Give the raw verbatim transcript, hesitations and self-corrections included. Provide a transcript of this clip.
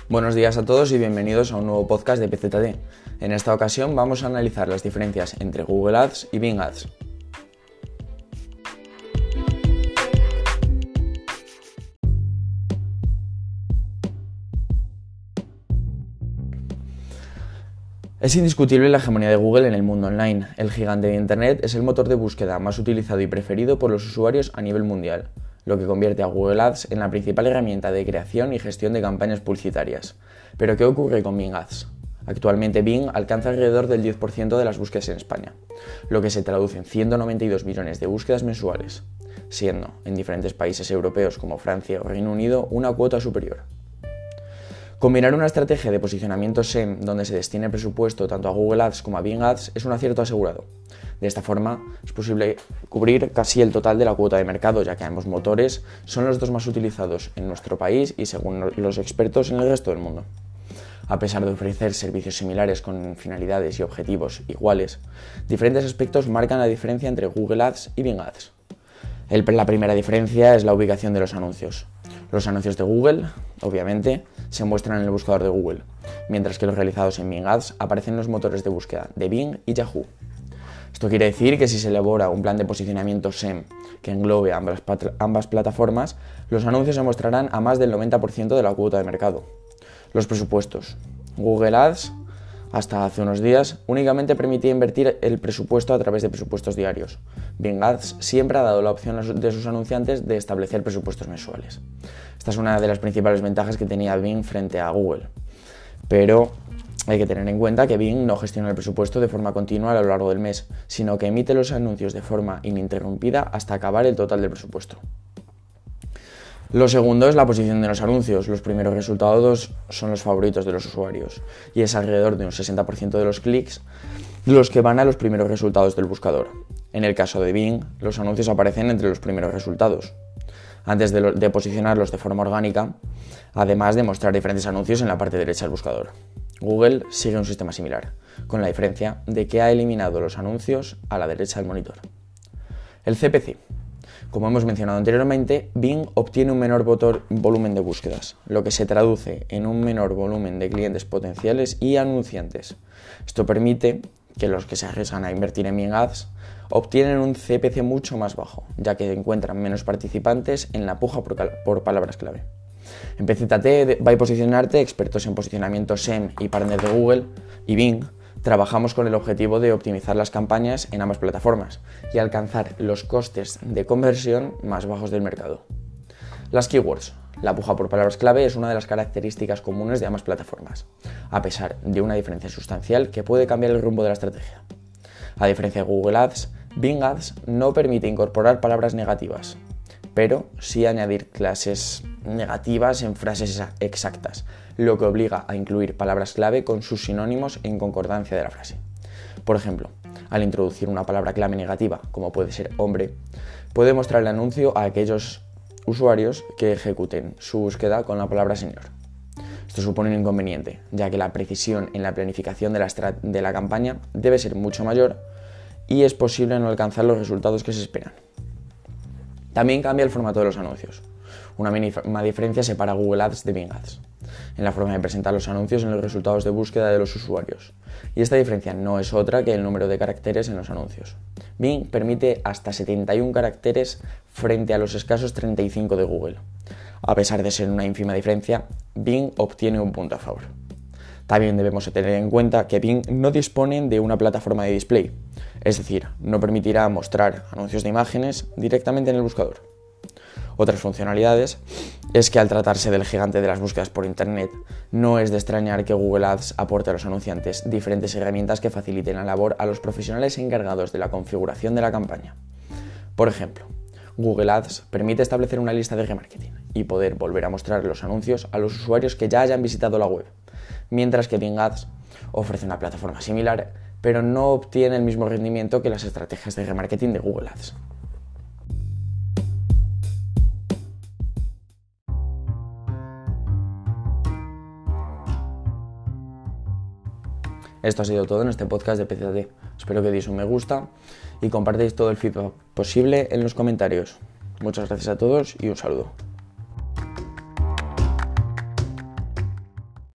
Buenos días a todos y bienvenidos a un nuevo podcast de P Z D. En esta ocasión vamos a analizar las diferencias entre Google Ads y Bing Ads. Es indiscutible la hegemonía de Google en el mundo online. El gigante de Internet es el motor de búsqueda más utilizado y preferido por los usuarios a nivel mundial, lo que convierte a Google Ads en la principal herramienta de creación y gestión de campañas publicitarias. ¿Pero qué ocurre con Bing Ads? Actualmente Bing alcanza alrededor del diez por ciento de las búsquedas en España, lo que se traduce en ciento noventa y dos millones de búsquedas mensuales, siendo, en diferentes países europeos como Francia o Reino Unido, una cuota superior. Combinar una estrategia de posicionamiento S E M donde se destine presupuesto tanto a Google Ads como a Bing Ads es un acierto asegurado. De esta forma, es posible cubrir casi el total de la cuota de mercado, ya que ambos motores son los dos más utilizados en nuestro país y, según los expertos, en el resto del mundo. A pesar de ofrecer servicios similares con finalidades y objetivos iguales, diferentes aspectos marcan la diferencia entre Google Ads y Bing Ads. El, la primera diferencia es la ubicación de los anuncios. Los anuncios de Google, obviamente, se muestran en el buscador de Google, mientras que los realizados en Bing Ads aparecen en los motores de búsqueda de Bing y Yahoo. Esto quiere decir que si se elabora un plan de posicionamiento S E M que englobe ambas, ambas plataformas, los anuncios se mostrarán a más del noventa por ciento de la cuota de mercado. Los presupuestos. Google Ads, hasta hace unos días, únicamente permitía invertir el presupuesto a través de presupuestos diarios. Bing Ads siempre ha dado la opción de sus anunciantes de establecer presupuestos mensuales. Esta es una de las principales ventajas que tenía Bing frente a Google. Pero hay que tener en cuenta que Bing no gestiona el presupuesto de forma continua a lo largo del mes, sino que emite los anuncios de forma ininterrumpida hasta acabar el total del presupuesto. Lo segundo es la posición de los anuncios. Los primeros resultados son los favoritos de los usuarios y es alrededor de un sesenta por ciento de los clics los que van a los primeros resultados del buscador. En el caso de Bing, los anuncios aparecen entre los primeros resultados, antes de, lo, de posicionarlos de forma orgánica, además de mostrar diferentes anuncios en la parte derecha del buscador. Google sigue un sistema similar, con la diferencia de que ha eliminado los anuncios a la derecha del monitor. El C P C. Como hemos mencionado anteriormente, Bing obtiene un menor volumen de búsquedas, lo que se traduce en un menor volumen de clientes potenciales y anunciantes. Esto permite que los que se arriesgan a invertir en Bing Ads obtienen un C P C mucho más bajo, ya que encuentran menos participantes en la puja por, por palabras clave. En P Z T by Posicionarte, expertos en posicionamiento S E M y partners de Google y Bing, trabajamos con el objetivo de optimizar las campañas en ambas plataformas y alcanzar los costes de conversión más bajos del mercado. Las keywords. La puja por palabras clave es una de las características comunes de ambas plataformas, a pesar de una diferencia sustancial que puede cambiar el rumbo de la estrategia. A diferencia de Google Ads, Bing Ads no permite incorporar palabras negativas, pero sí añadir clases negativas en frases exactas, lo que obliga a incluir palabras clave con sus sinónimos en concordancia de la frase. Por ejemplo, al introducir una palabra clave negativa, como puede ser hombre, puede mostrar el anuncio a aquellos usuarios que ejecuten su búsqueda con la palabra señor. Esto supone un inconveniente, ya que la precisión en la planificación de la, de la campaña debe ser mucho mayor y es posible no alcanzar los resultados que se esperan. También cambia el formato de los anuncios. Una mínima diferencia separa Google Ads de Bing Ads en la forma de presentar los anuncios en los resultados de búsqueda de los usuarios. Y esta diferencia no es otra que el número de caracteres en los anuncios. Bing permite hasta setenta y uno caracteres frente a los escasos treinta y cinco de Google. A pesar de ser una ínfima diferencia, Bing obtiene un punto a favor. También debemos tener en cuenta que Bing no dispone de una plataforma de display, es decir, no permitirá mostrar anuncios de imágenes directamente en el buscador. Otras funcionalidades es que al tratarse del gigante de las búsquedas por Internet, no es de extrañar que Google Ads aporte a los anunciantes diferentes herramientas que faciliten la labor a los profesionales encargados de la configuración de la campaña. Por ejemplo, Google Ads permite establecer una lista de remarketing y poder volver a mostrar los anuncios a los usuarios que ya hayan visitado la web, mientras que Bing Ads ofrece una plataforma similar, pero no obtiene el mismo rendimiento que las estrategias de remarketing de Google Ads. Esto ha sido todo en este podcast de P Z T. Espero que deis un me gusta y compartáis todo el feedback posible en los comentarios. Muchas gracias a todos y un saludo.